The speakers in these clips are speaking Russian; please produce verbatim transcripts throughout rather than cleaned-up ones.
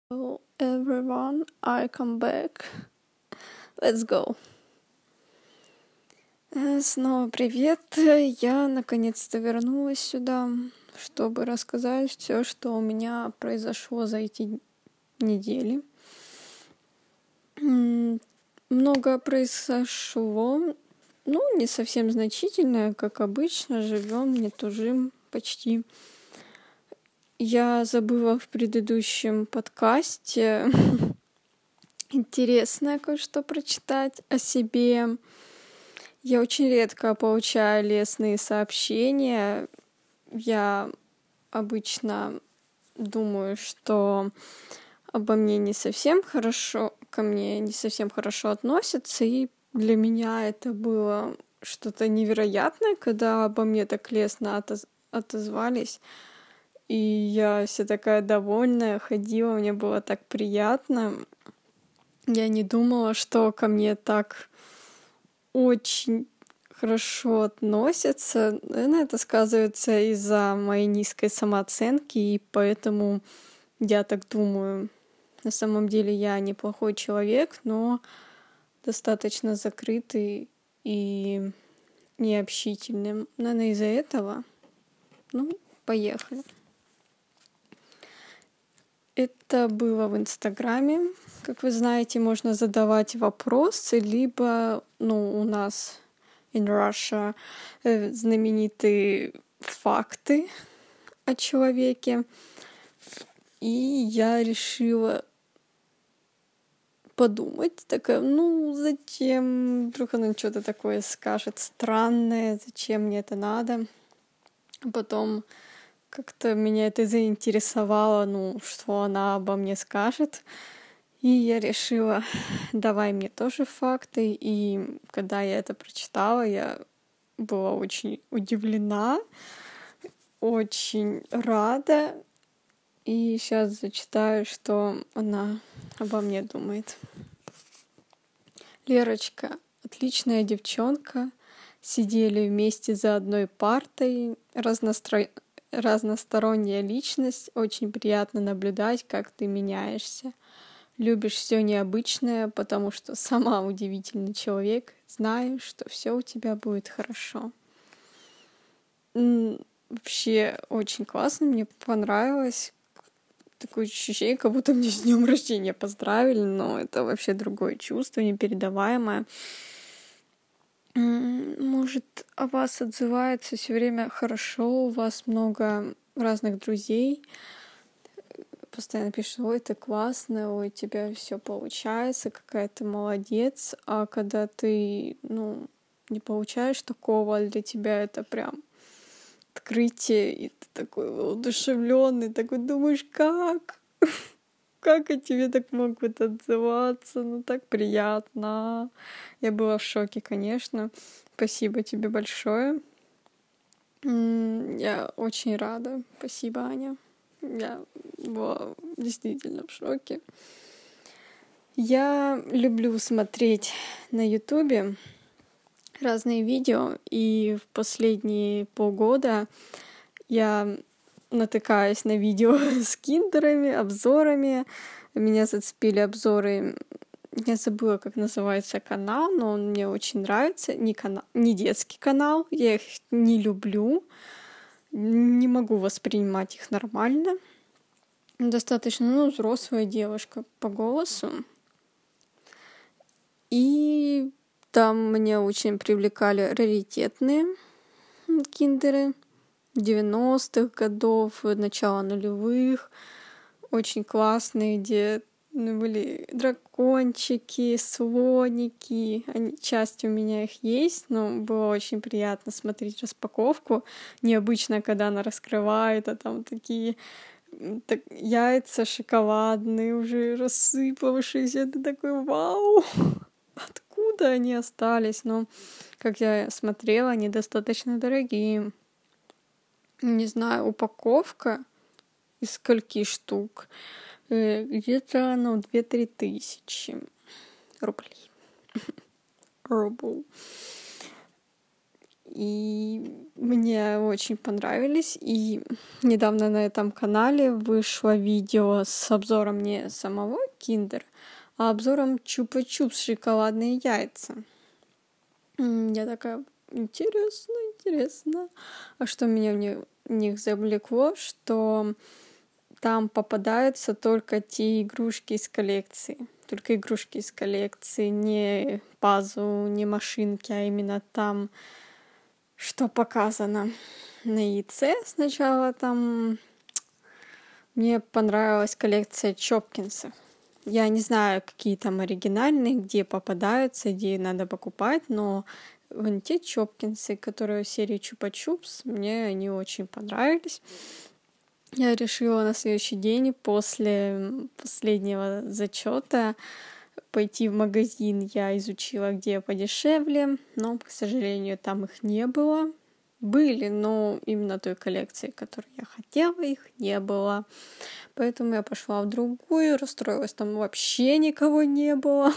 Hello everyone, I come back. Let's go. Э, Снова привет. Я наконец-то вернулась сюда, чтобы рассказать все, что у меня произошло за эти недели. М, Много произошло, ну, не совсем значительное, как обычно, живем, не тужим почти. Я забыла в предыдущем подкасте интересное кое-что прочитать о себе. Я очень редко получаю лестные сообщения. Я обычно думаю, что обо мне не совсем хорошо, ко мне не совсем хорошо относятся, и для меня это было что-то невероятное, когда обо мне так лестно отоз- отозвались. И я вся такая довольная ходила, мне было так приятно. Я не думала, что ко мне так очень хорошо относятся. Наверное, это сказывается из-за моей низкой самооценки, и поэтому я так думаю. На самом деле я неплохой человек, но достаточно закрытый и необщительный. Наверное, из-за этого. Ну, поехали. Это было в Инстаграме. Как вы знаете, можно задавать вопросы, либо, ну, у нас in Russia э, знаменитые факты о человеке. И я решила подумать, такая, ну, зачем? Вдруг она что-то такое скажет странное, зачем мне это надо? Потом как-то меня это заинтересовало, ну, что она обо мне скажет. И я решила, давай мне тоже факты. И когда я это прочитала, я была очень удивлена, очень рада. И сейчас зачитаю, что она обо мне думает. Лерочка, отличная девчонка. Сидели вместе за одной партой. Разностро... Разносторонняя личность. Очень приятно наблюдать, как ты меняешься. Любишь все необычное, потому что сама удивительный человек. Знаю, что все у тебя будет хорошо. М, Вообще очень классно, мне понравилось. Такое ощущение, как будто мне с днем рождения поздравили, но это вообще другое чувство, непередаваемое. М, Может, о вас отзывается все время хорошо, у вас много разных друзей. Постоянно пишут: ой, ты классная, ой, у тебя все получается, какая ты молодец. А когда ты, ну, не получаешь такого, для тебя это прям открытие, и ты такой воодушевленный, такой думаешь, как? Как о тебе так могут отзываться? Ну, так приятно. Я была в шоке, конечно. Спасибо тебе большое. М, Я очень рада. Спасибо, Аня. Я была действительно в шоке. Я люблю смотреть на Ютубе разные видео, и в последние полгода я натыкаюсь на видео с киндерами, обзорами. Меня зацепили обзоры. Я забыла, как называется канал, но он мне очень нравится. Не, канал, не детский канал, я их не люблю. Не могу воспринимать их нормально. Достаточно, ну, взрослая девушка по голосу. И там меня очень привлекали раритетные киндеры девяностых годов, начала нулевых. Очень классные, где были дракончики, слоники. Они, часть у меня их есть, но было очень приятно смотреть распаковку. Необычно, когда она раскрывает, а там такие так, яйца шоколадные, уже рассыпавшиеся. Ты такой: вау! Откуда они остались? Но, как я смотрела, они достаточно дорогие. Не знаю, упаковка из скольки штук? Э, Где-то, ну, две-три тысячи рублей. Рубль. и мне очень понравились. И недавно на этом канале вышло видео с обзором не самого Kinder, а обзором Чупа-Чупс шоколадные яйца. Я такая, интересно, интересно. А что меня в них, в них завлекло, что там попадаются только те игрушки из коллекции. Только игрушки из коллекции, не пазл, не машинки, а именно там, что показано на яйце. Сначала там мне понравилась коллекция Чопкинсов. Я не знаю, какие там оригинальные, где попадаются, где надо покупать, но вон те Чопкинсы, которые в серии Чупа-Чупс, мне они очень понравились. Я решила на следующий день после последнего зачета пойти в магазин. Я изучила, где подешевле, но, к сожалению, там их не было. Были, но именно той коллекции, которую я хотела, их не было. Поэтому я пошла в другую, расстроилась, там вообще никого не было.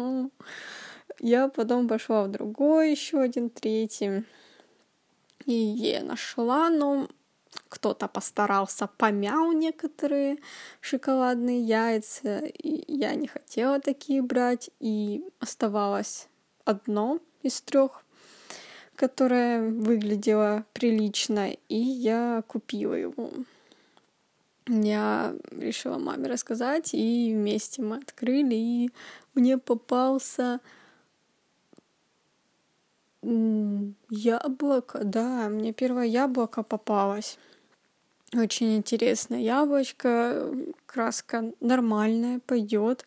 Я потом пошла в другой, еще один, третий. И я нашла, но кто-то постарался, помял некоторые шоколадные яйца. И я не хотела такие брать. И оставалось одно из трех, которое выглядело прилично. И я купила его. Я решила маме рассказать, и вместе мы открыли, и мне попался яблоко, да, мне первое яблоко попалось. Очень интересное яблочко, краска нормальная, пойдет.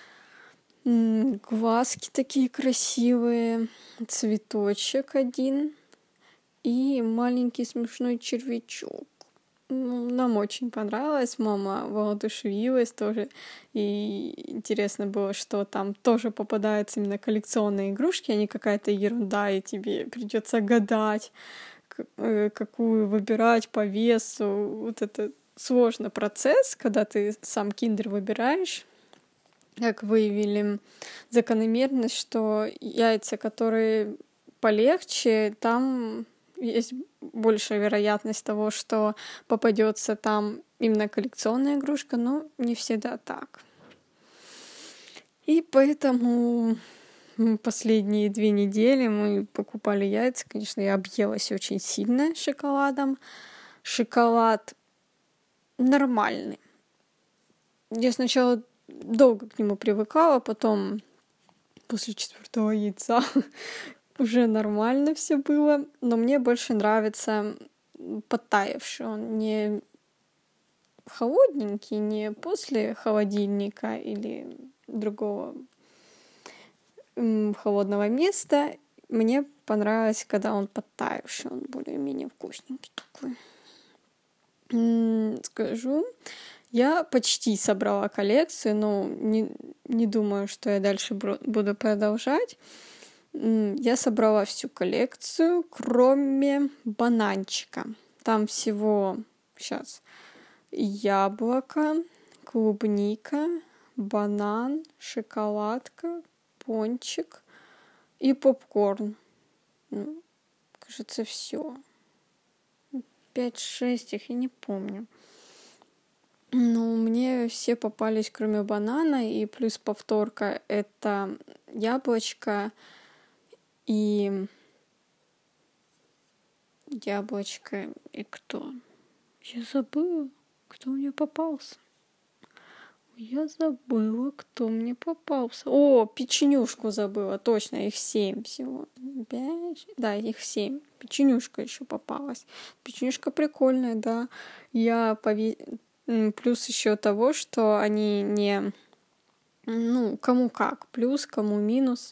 Глазки такие красивые, цветочек один и маленький смешной червячок. Нам очень понравилось, мама воодушевилась тоже, и интересно было, что там тоже попадаются именно коллекционные игрушки, а не какая-то ерунда, и тебе придется гадать, какую выбирать по весу. Вот это сложный процесс, когда ты сам киндер выбираешь. Как выявили закономерность, что яйца, которые полегче, там есть большая вероятность того, что попадется там именно коллекционная игрушка, но не всегда так. И поэтому последние две недели мы покупали яйца. Конечно, я объелась очень сильно шоколадом. Шоколад нормальный. Я сначала долго к нему привыкала, потом после четвертого яйца уже нормально все было, но мне больше нравится подтаявший. Он не холодненький, не после холодильника или другого м, холодного места. Мне понравилось, когда он подтаявший, он более-менее вкусненький такой. М, скажу, я почти собрала коллекцию, но не, не думаю, что я дальше буду продолжать. Я собрала всю коллекцию, кроме бананчика. Там всего сейчас яблоко, клубника, банан, шоколадка, пончик и попкорн. Ну, кажется, все. Пять-шесть их, я не помню. Ну, мне все попались, кроме банана, и плюс повторка — это яблочко и яблочко и кто? Я забыла, кто мне попался. Я забыла, кто мне попался. О, печенюшку забыла, точно, их семь всего. Пять, да, их семь. Печенюшка еще попалась. Печенюшка прикольная, да. Я пове... Плюс еще того, что они не... Ну, кому как. Плюс, кому минус.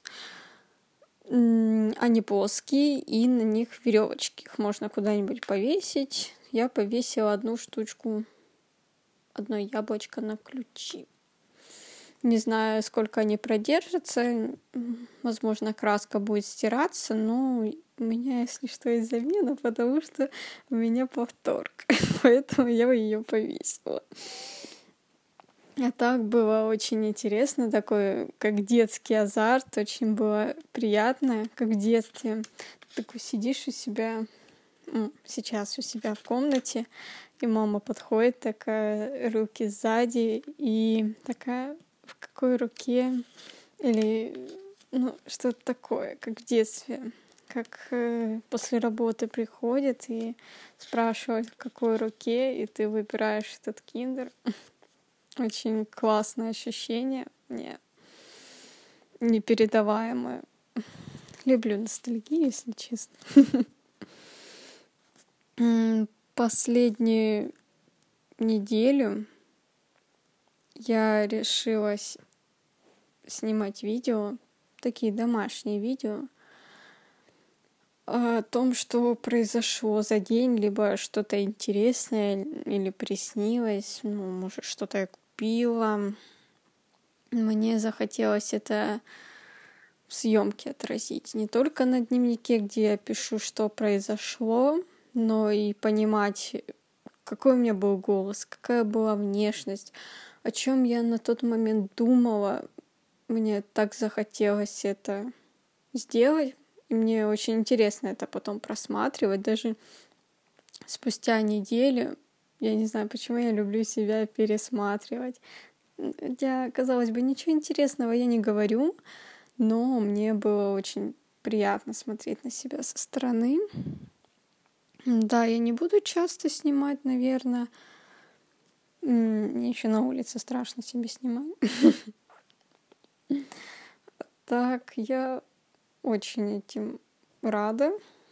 Они плоские, и на них веревочки. Их можно куда-нибудь повесить. Я повесила одну штучку, одно яблочко на ключи. Не знаю, сколько они продержатся. Возможно, краска будет стираться, но у меня, если что, есть замена, потому что у меня повторка. Поэтому я ее повесила. А так было очень интересно, такой, как детский азарт, очень было приятно, как в детстве. Ты такой сидишь у себя, ну, сейчас у себя в комнате, и мама подходит, такая, руки сзади, и такая, в какой руке, или, ну, что-то такое, как в детстве, как э, после работы приходит и спрашивает, в какой руке, и ты выбираешь этот киндер. Очень классное ощущение, мне непередаваемое. Люблю ностальгию, если честно. Последнюю неделю я решилась снимать видео, такие домашние видео, о том, что произошло за день, либо что-то интересное, или приснилось, ну, может, что-то я купила. Мне захотелось это в съемке отразить. Не только на дневнике, где я пишу, что произошло, но и понимать, какой у меня был голос, какая была внешность, о чем я на тот момент думала. Мне так захотелось это сделать, и мне очень интересно это потом просматривать, даже спустя неделю. Я не знаю, почему я люблю себя пересматривать. Я, казалось бы, ничего интересного я не говорю, но мне было очень приятно смотреть на себя со стороны. Да, я не буду часто снимать, наверное. Мне еще на улице страшно себе снимать. Так, я очень этим рада.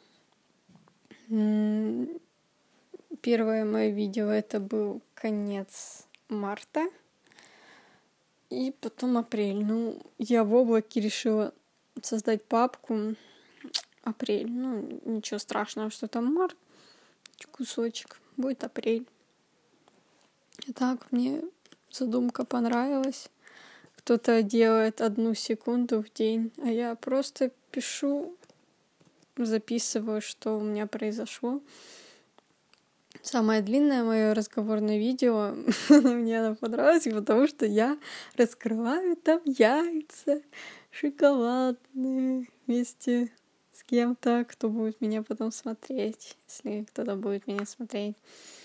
Первое мое видео это был конец марта. И потом апрель. Ну, я в облаке решила создать папку. Апрель. Ну, ничего страшного, что там март. Кусочек. Будет апрель. Итак, мне задумка понравилась. Кто-то делает одну секунду в день, а я просто пишу, записываю, что у меня произошло. Самое длинное мое разговорное видео, мне оно понравилось, потому что я раскрываю там яйца шоколадные вместе с кем-то, кто будет меня потом смотреть, если кто-то будет меня смотреть.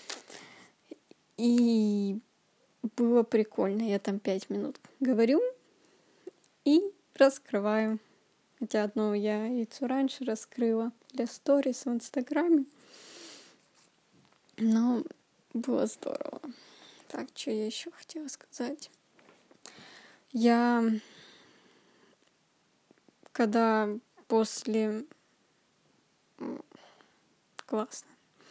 И было прикольно. Я там пять минут говорю и раскрываю. Хотя одно я яйцо раньше раскрыла для сторис в Инстаграме. Но было здорово. Так, что я еще хотела сказать? Я, когда после... Классно.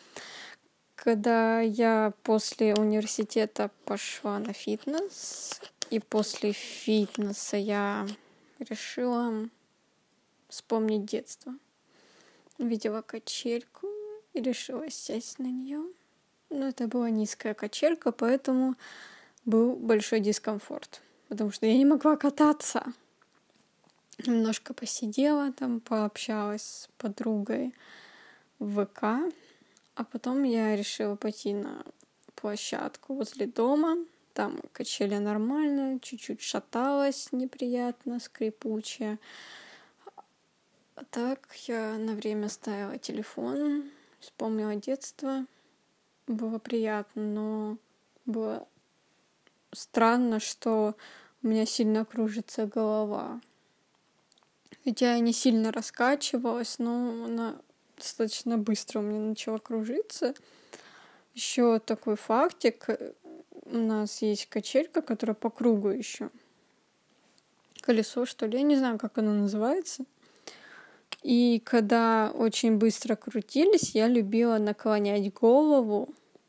Когда я после университета пошла на фитнес, и после фитнеса я решила вспомнить детство. Увидела качельку и решила сесть на нее. Но это была низкая качелька, поэтому был большой дискомфорт, потому что я не могла кататься. Немножко посидела там, пообщалась с подругой в ВК, а потом я решила пойти на площадку возле дома. Там качели нормально, чуть-чуть шаталась неприятно, скрипучая. А так я на время ставила телефон, вспомнила детство. Было приятно, но было странно, что у меня сильно кружится голова. Хотя я не сильно раскачивалась, но она достаточно быстро у меня начала кружиться. Еще такой фактик. У нас есть качелька, которая по кругу еще. Колесо, что ли? Я не знаю, как оно называется. И когда очень быстро крутились, я любила наклонять голову.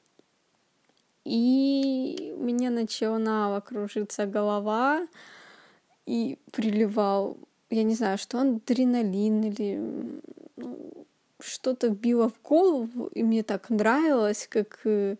И у меня начинала кружиться голова. И приливал, я не знаю, что он, адреналин или ну, что-то било в голову. И мне так нравилось, как...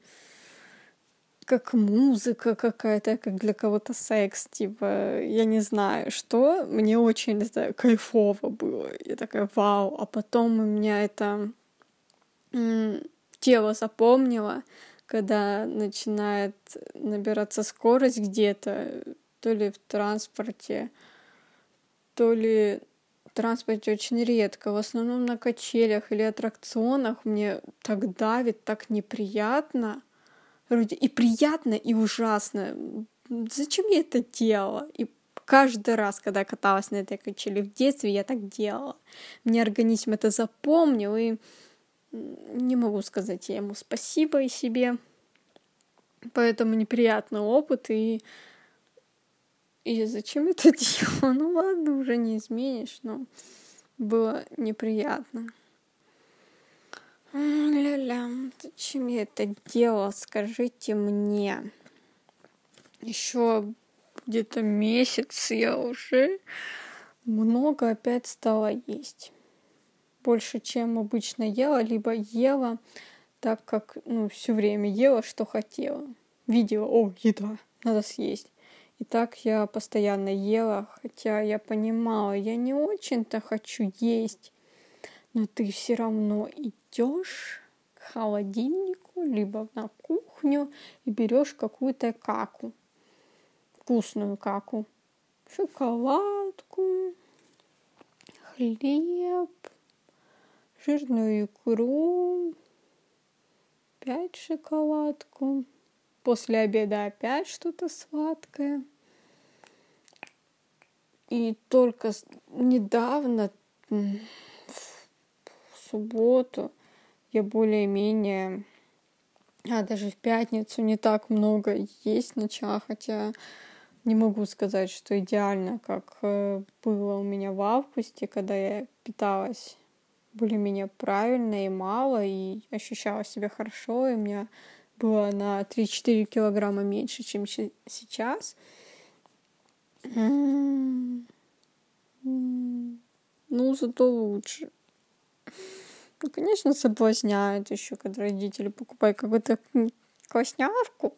как музыка какая-то, как для кого-то секс, типа, я не знаю, что, мне очень это кайфово было. Я такая, вау, а потом у меня это м- тело запомнило, когда начинает набираться скорость где-то, то ли в транспорте, то ли в транспорте очень редко, в основном на качелях или аттракционах, мне так давит, так неприятно. Вроде и приятно, и ужасно. Зачем я это делала? И каждый раз, когда каталась на этой качели в детстве, я так делала. Мне организм это запомнил, и не могу сказать я ему спасибо и себе. Поэтому неприятный опыт, и И зачем это делала? Ну ладно, уже не изменишь, но было неприятно. Ля-ля, зачем я это делала, скажите мне. Еще где-то месяц я уже много опять стала есть. Больше, чем обычно ела, либо ела так, как ну, все время ела, что хотела. Видела, о, еда, надо съесть. И так я постоянно ела, хотя я понимала, я не очень-то хочу есть, но ты все равно идешь к холодильнику, либо на кухню и берешь какую-то каку, вкусную каку, шоколадку, хлеб, жирную икру, опять шоколадку. После обеда опять что-то сладкое. И только недавно, в субботу, я более-менее, а даже в пятницу не так много есть начала, хотя не могу сказать, что идеально, как было у меня в августе, когда я питалась более-менее правильно и мало, и ощущала себя хорошо, и у меня было на три-четыре килограмма меньше, чем сейчас. Ну, зато лучше. Ну, конечно, соблазняют еще, когда родители покупают какую-то вкусняшку.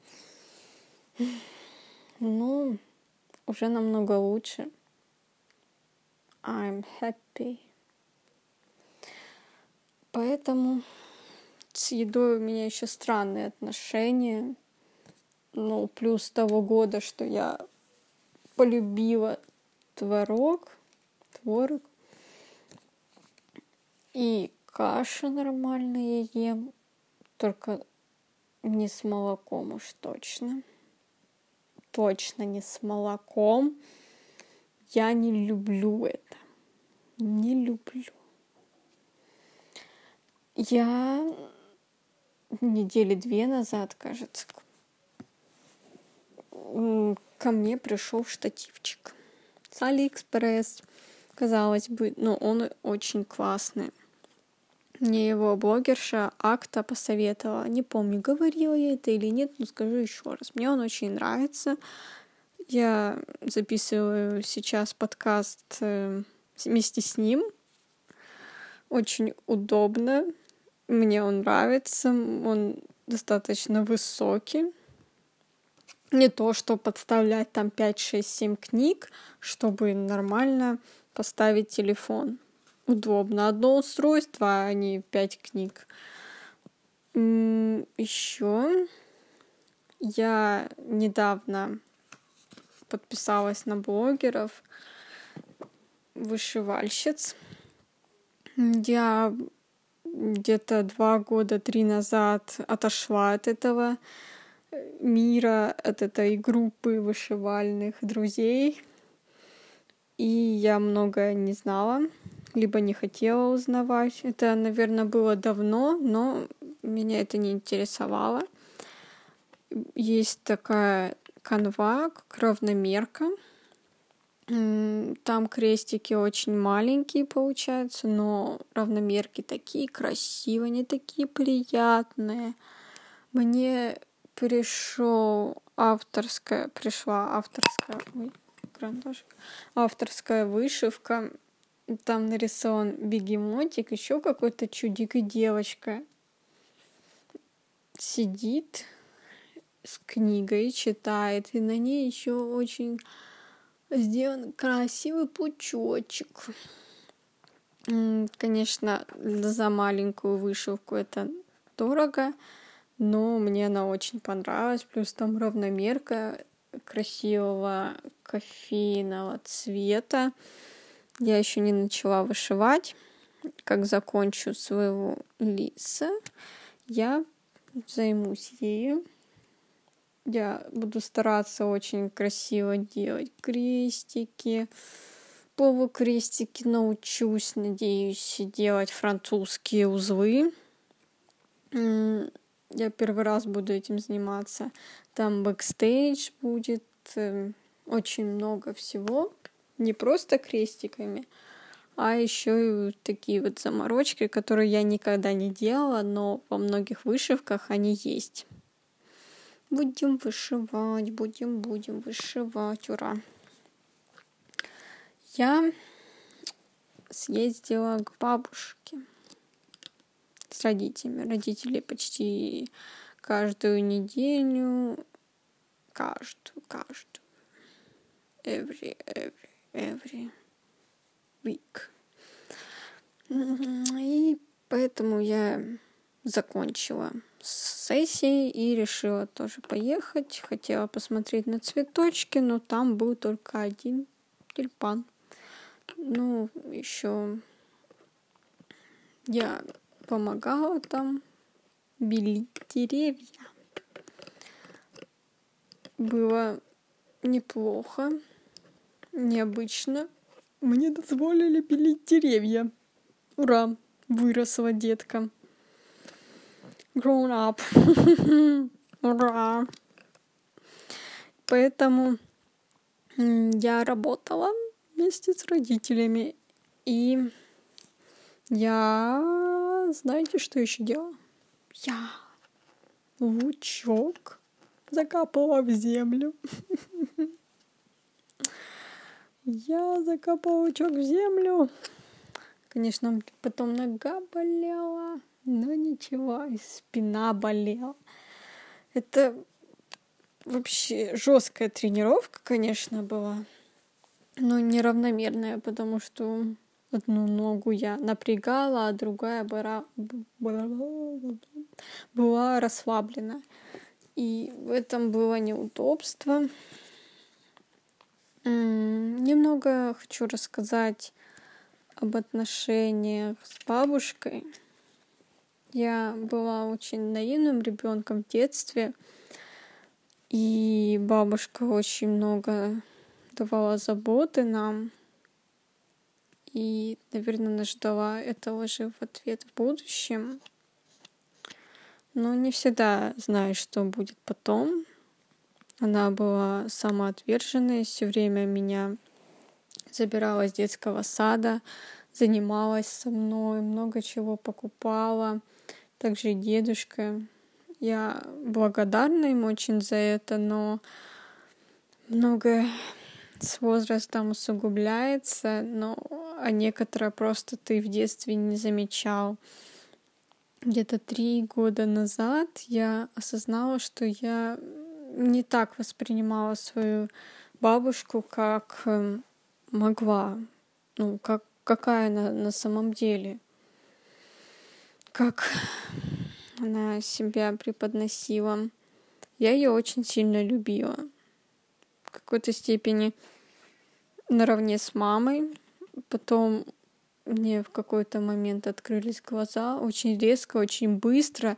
Ну, уже намного лучше. I'm happy. Поэтому с едой у меня еще странные отношения. Ну, плюс того года, что я полюбила творог, творог. И кашу нормально я ем, только не с молоком уж точно. Точно не с молоком. Я не люблю это. Не люблю. Я недели две назад, кажется, ко мне пришел штативчик с Алиэкспресс. Казалось бы, но он очень классный. Мне его блогерша Акта посоветовала. Не помню, говорила я это или нет, но скажу еще раз. Мне он очень нравится. Я записываю сейчас подкаст вместе с ним. Очень удобно. Мне он нравится. Он достаточно высокий. Не то, что подставлять там пять, шесть, семь книг, чтобы нормально поставить телефон. Удобно. Одно устройство, а не пять книг. Еще я недавно подписалась на блогеров, вышивальщиц. Я где-то два года, три назад отошла от этого мира, от этой группы вышивальных друзей. И я многое не знала, либо не хотела узнавать. Это, наверное, было давно, но меня это не интересовало. Есть такая канва, как равномерка. Там крестики очень маленькие получаются, но равномерки такие красивые, они такие приятные. Мне пришел авторская, пришла авторская, ой, карандашик, авторская вышивка. Там нарисован бегемотик, еще какой-то чудик, и девочка сидит с книгой, читает, и на ней еще очень сделан красивый пучочек. Конечно, за маленькую вышивку это дорого, но мне она очень понравилась. Плюс там равномерка красивого кофейного цвета. Я еще не начала вышивать. Как закончу своего лиса, я займусь ею. Я буду стараться очень красиво делать крестики, полукрестики. Научусь, надеюсь, делать французские узлы. Я первый раз буду этим заниматься. Там бэкстейдж будет, очень много всего. Не просто крестиками, а еще и такие вот заморочки, которые я никогда не делала, но во многих вышивках они есть. Будем вышивать, будем, будем вышивать, ура! Я съездила к бабушке с родителями. Родители почти каждую неделю, каждую, каждую, every, every, every week. И поэтому я закончила с сессией и решила тоже поехать. Хотела посмотреть на цветочки, но там был только один тюльпан. Ну, еще я помогала там белить деревья. Было неплохо, необычно. Мне дозволили белить деревья. Ура! Выросла детка. Grown up. Ура! Поэтому я работала вместе с родителями. И я... Знаете, что еще делала? Я лучок закапала в землю. Я закопала лучок в землю. Конечно, потом нога болела, но ничего, и спина болела. Это вообще жесткая тренировка, конечно, была, но неравномерная, потому что одну ногу я напрягала, а другая была, была расслаблена. И в этом было неудобство. Немного хочу рассказать об отношениях с бабушкой. Я была очень наивным ребенком в детстве, и бабушка очень много давала заботы нам, и, наверное, она ждала этого же в ответ в будущем. Но не всегда знаешь, что будет потом. Она была самоотверженной, все время меня забирала из детского сада, занималась со мной, много чего покупала. Также и дедушка. Я благодарна им очень за это, но многое с возрастом усугубляется, но а некоторые просто ты в детстве не замечал. Где-то три года назад я осознала, что я не так воспринимала свою бабушку, как могла, ну, как, какая она на самом деле, как она себя преподносила. Я ее очень сильно любила. В какой-то степени наравне с мамой. Потом мне в какой-то момент открылись глаза очень резко, очень быстро,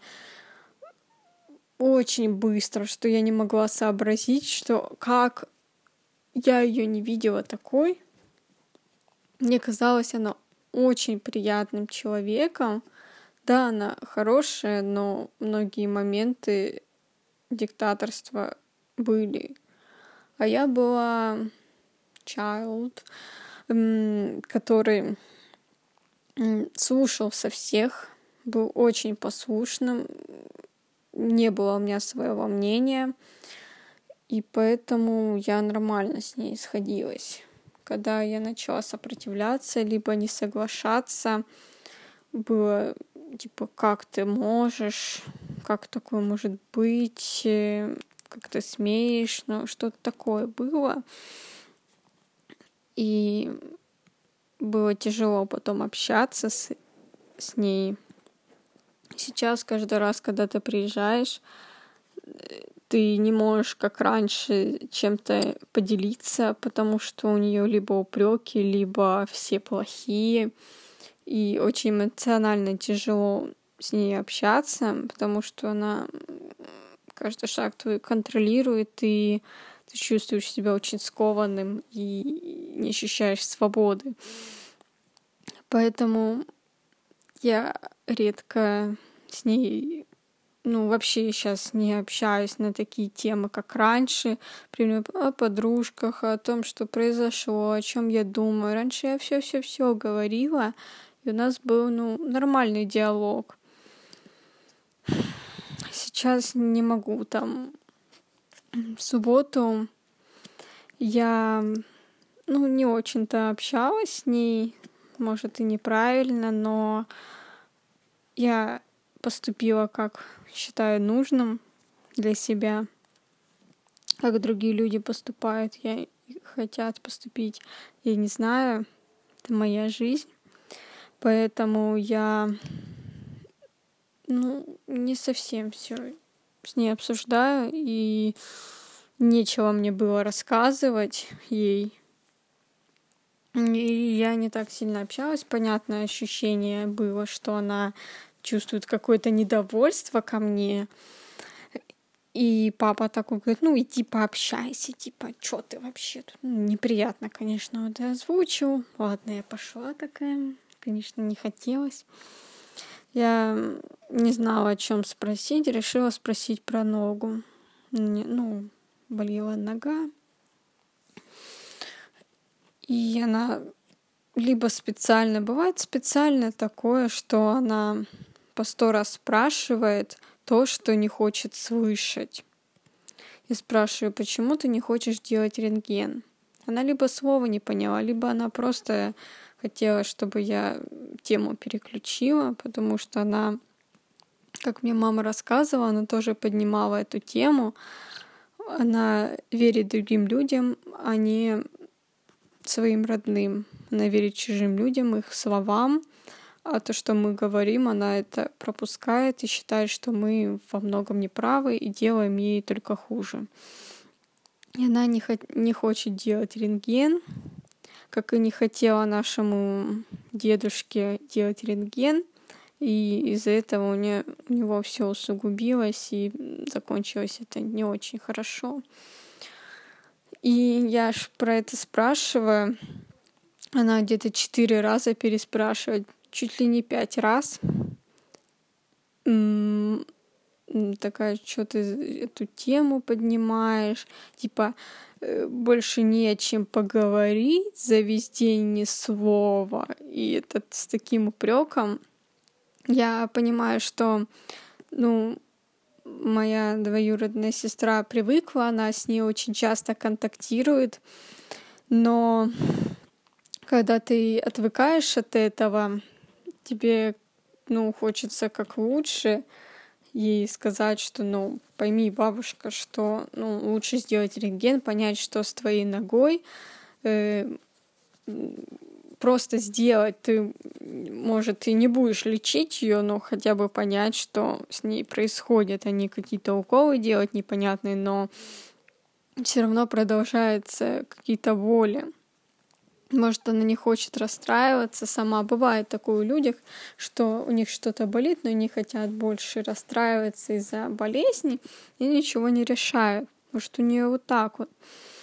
очень быстро, что я не могла сообразить, что как я ее не видела такой. Мне казалось, она очень приятным человеком. Да, она хорошая, но многие моменты диктаторства были. А я была child, который слушался всех, был очень послушным, не было у меня своего мнения, и поэтому я нормально с ней сходилась. Когда я начала сопротивляться, либо не соглашаться, было типа, как ты можешь, как такое может быть, как ты смеешь, ну, что-то такое было. И было тяжело потом общаться с, с ней. Сейчас каждый раз, когда ты приезжаешь, ты не можешь, как раньше, чем-то поделиться, потому что у нее либо упреки, либо все плохие. И очень эмоционально тяжело с ней общаться, потому что она каждый шаг твой контролирует, и ты чувствуешь себя очень скованным и не ощущаешь свободы. Поэтому я редко с ней, ну, вообще сейчас не общаюсь на такие темы, как раньше, например, о подружках, о том, что произошло, о чем я думаю. Раньше я все-все-все говорила, и у нас был, ну, нормальный диалог. Сейчас не могу там. В субботу я, ну, не очень-то общалась с ней, может, и неправильно, но я поступила, как считаю нужным для себя, как другие люди поступают, я хотят поступить, я не знаю, это моя жизнь, поэтому я, ну, не совсем все с ней обсуждаю, и нечего мне было рассказывать ей. И я не так сильно общалась. Понятное ощущение было, что она чувствует какое-то недовольство ко мне. И папа такой говорит, ну иди пообщайся, типа, что ты вообще тут? Ну, неприятно, конечно, вот озвучил. Ладно, я пошла такая. Конечно, не хотелось. Я не знала, о чем спросить, решила спросить про ногу. Мне, ну, болела нога. И она либо специально, бывает специально такое, что она по сто раз спрашивает то, что не хочет слышать. Я спрашиваю, почему ты не хочешь делать рентген? Она либо слова не поняла, либо она просто хотела, чтобы я тему переключила, потому что она, как мне мама рассказывала, она тоже поднимала эту тему. Она верит другим людям, а не своим родным. Она верит чужим людям, их словам, а то, что мы говорим, она это пропускает и считает, что мы во многом неправы и делаем ей только хуже. И она не, хо- не хочет делать рентген, как и не хотела нашему дедушке делать рентген, и из-за этого у, не, у него все усугубилось, и закончилось это не очень хорошо. И я ж про это спрашиваю, она где-то четыре раза переспрашивает, чуть ли не пять раз. М, Такая, что ты эту тему поднимаешь, типа, э, больше не о чем поговорить, за весь день ни слова. И это с таким упреком. Я понимаю, что, ну, моя двоюродная сестра привыкла, она с ней очень часто контактирует, но когда ты отвыкаешь от этого, тебе, ну, хочется как лучше ей сказать, что, ну, пойми, бабушка, что, ну, лучше сделать рентген, понять, что с твоей ногой, э, просто сделать. Ты, может, и не будешь лечить ее, но хотя бы понять, что с ней происходит, а не какие-то уколы делать непонятные, но все равно продолжаются какие-то боли. Может, она не хочет расстраиваться сама. Бывает такое у людей, что у них что-то болит, но они хотят больше расстраиваться из-за болезни и ничего не решают. Может, у нее вот так вот.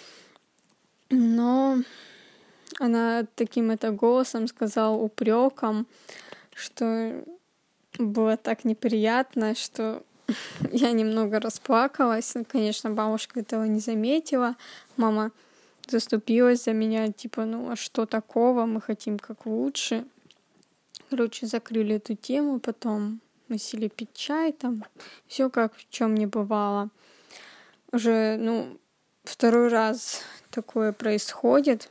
Но она таким это голосом сказала, упреком, что было так неприятно, что я немного расплакалась. Конечно, бабушка этого не заметила. Мама заступилась за меня, типа, ну а что такого, мы хотим как лучше. Короче, закрыли эту тему, потом мы сели пить чай, там все как в чем не бывало. Уже, ну, второй раз такое происходит,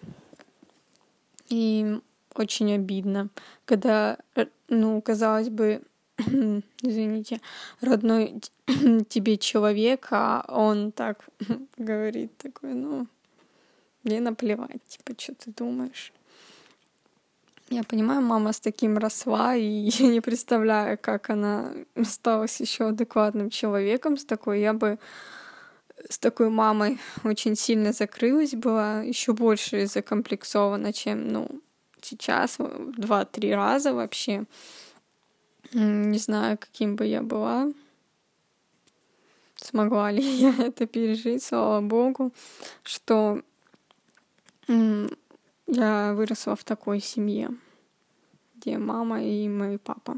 и очень обидно, когда, ну, казалось бы, извините, родной тебе человек, а он так говорит, такой, ну, мне наплевать, типа, что ты думаешь. Я понимаю, мама с таким росла, и я не представляю, как она осталась еще адекватным человеком с такой. Я бы с такой мамой очень сильно закрылась была, еще больше закомплексована, чем, ну, сейчас, в два-три раза вообще. Не знаю, каким бы я была, смогла ли я это пережить, слава богу, что я выросла в такой семье, где мама и мой папа.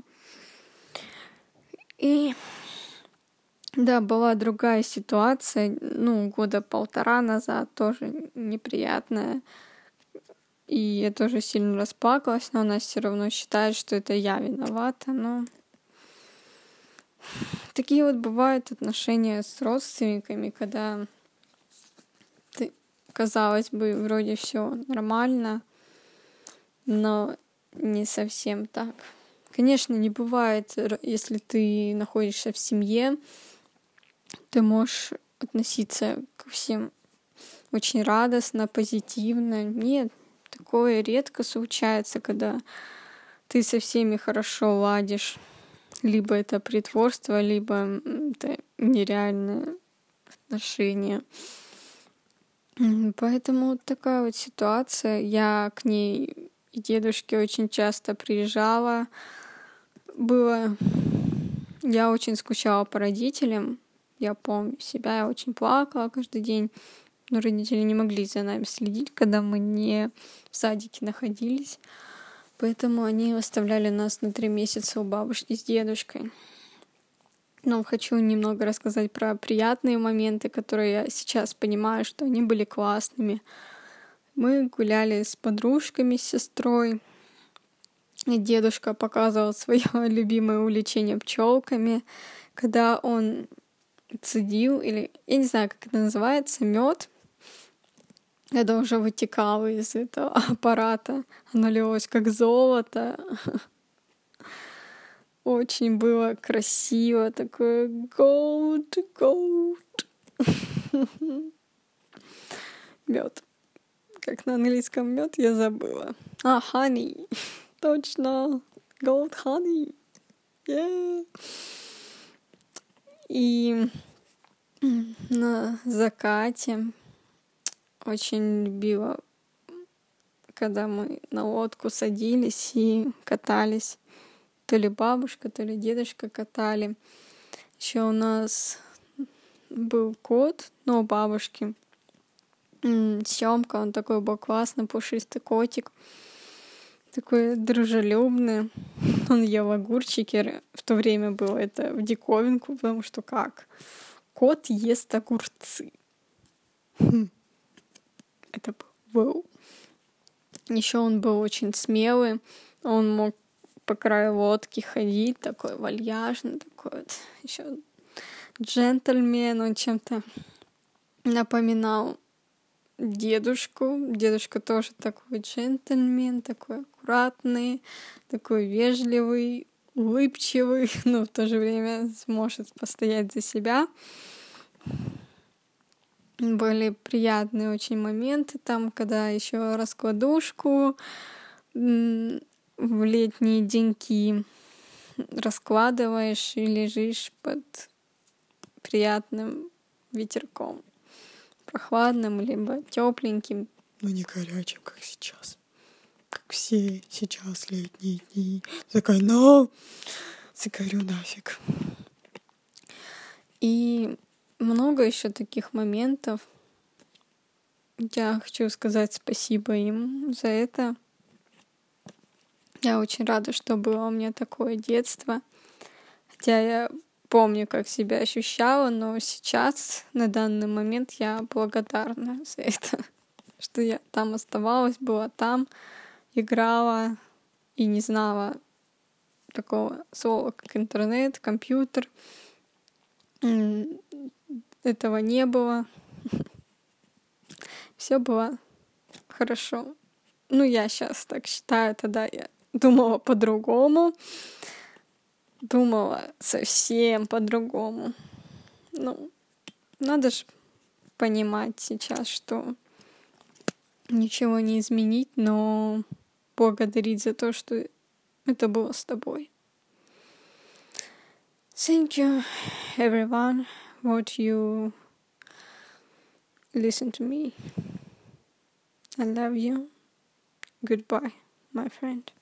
И да, была другая ситуация, ну, года полтора назад, тоже неприятная. И я тоже сильно расплакалась, но она все равно считает, что это я виновата. Но такие вот бывают отношения с родственниками, когда ты, казалось бы, вроде все нормально, но не совсем так. Конечно, не бывает, если ты находишься в семье, ты можешь относиться ко всем очень радостно, позитивно. Нет, такое редко случается, когда ты со всеми хорошо ладишь. Либо это притворство, либо это нереальное отношение. Поэтому вот такая вот ситуация. Я к ней и дедушке очень часто приезжала. Было... Я очень скучала по родителям. Я помню себя, я очень плакала каждый день. Но родители не могли за нами следить, когда мы не в садике находились. Поэтому они оставляли нас на три месяца у бабушки с дедушкой. Но хочу немного рассказать про приятные моменты, которые я сейчас понимаю, что они были классными. Мы гуляли с подружками, с сестрой. И дедушка показывал свое любимое увлечение пчелками, когда он цедил, или я не знаю, как это называется, мед. Это уже вытекало из этого аппарата. Оно лилось как золото. Очень было красиво. Такое gold, gold. Мед. Как на английском мед, я забыла. А, honey. Точно. Gold honey. Yeah. И на закате очень любила, когда мы на лодку садились и катались. То ли бабушка, то ли дедушка катали. Еще у нас был кот, но у бабушки. Семка, он такой был классный, пушистый котик. Такой дружелюбный. Он ел огурчики. В то время было это в диковинку, потому что как? Кот ест огурцы. Это был вау. Еще он был очень смелый. Он мог по краю лодки ходить, такой вальяжный, такой вот еще джентльмен. Он чем-то напоминал дедушку. Дедушка тоже такой джентльмен, такой аккуратный, такой вежливый, улыбчивый, но в то же время сможет постоять за себя. Были приятные очень моменты там, когда еще раскладушку в летние деньки раскладываешь и лежишь под приятным ветерком, прохладным либо тепленьким, но не горячим, как сейчас, как все сейчас летние дни. Такая, ну, загорю нафиг. И много еще таких моментов. Я хочу сказать спасибо им за это. Я очень рада, что было у меня такое детство. Хотя я помню, как себя ощущала, но сейчас, на данный момент, я благодарна за это. Что я там оставалась, была там, играла и не знала такого слова, как интернет, компьютер. Этого не было. Все было хорошо. Ну, я сейчас так считаю, тогда я думала по-другому. Думала совсем по-другому. Ну, надо же понимать сейчас, что ничего не изменить, но благодарить за то, что это было с тобой. Thank you, everyone, what you listen to me. I love you. Goodbye, my friend.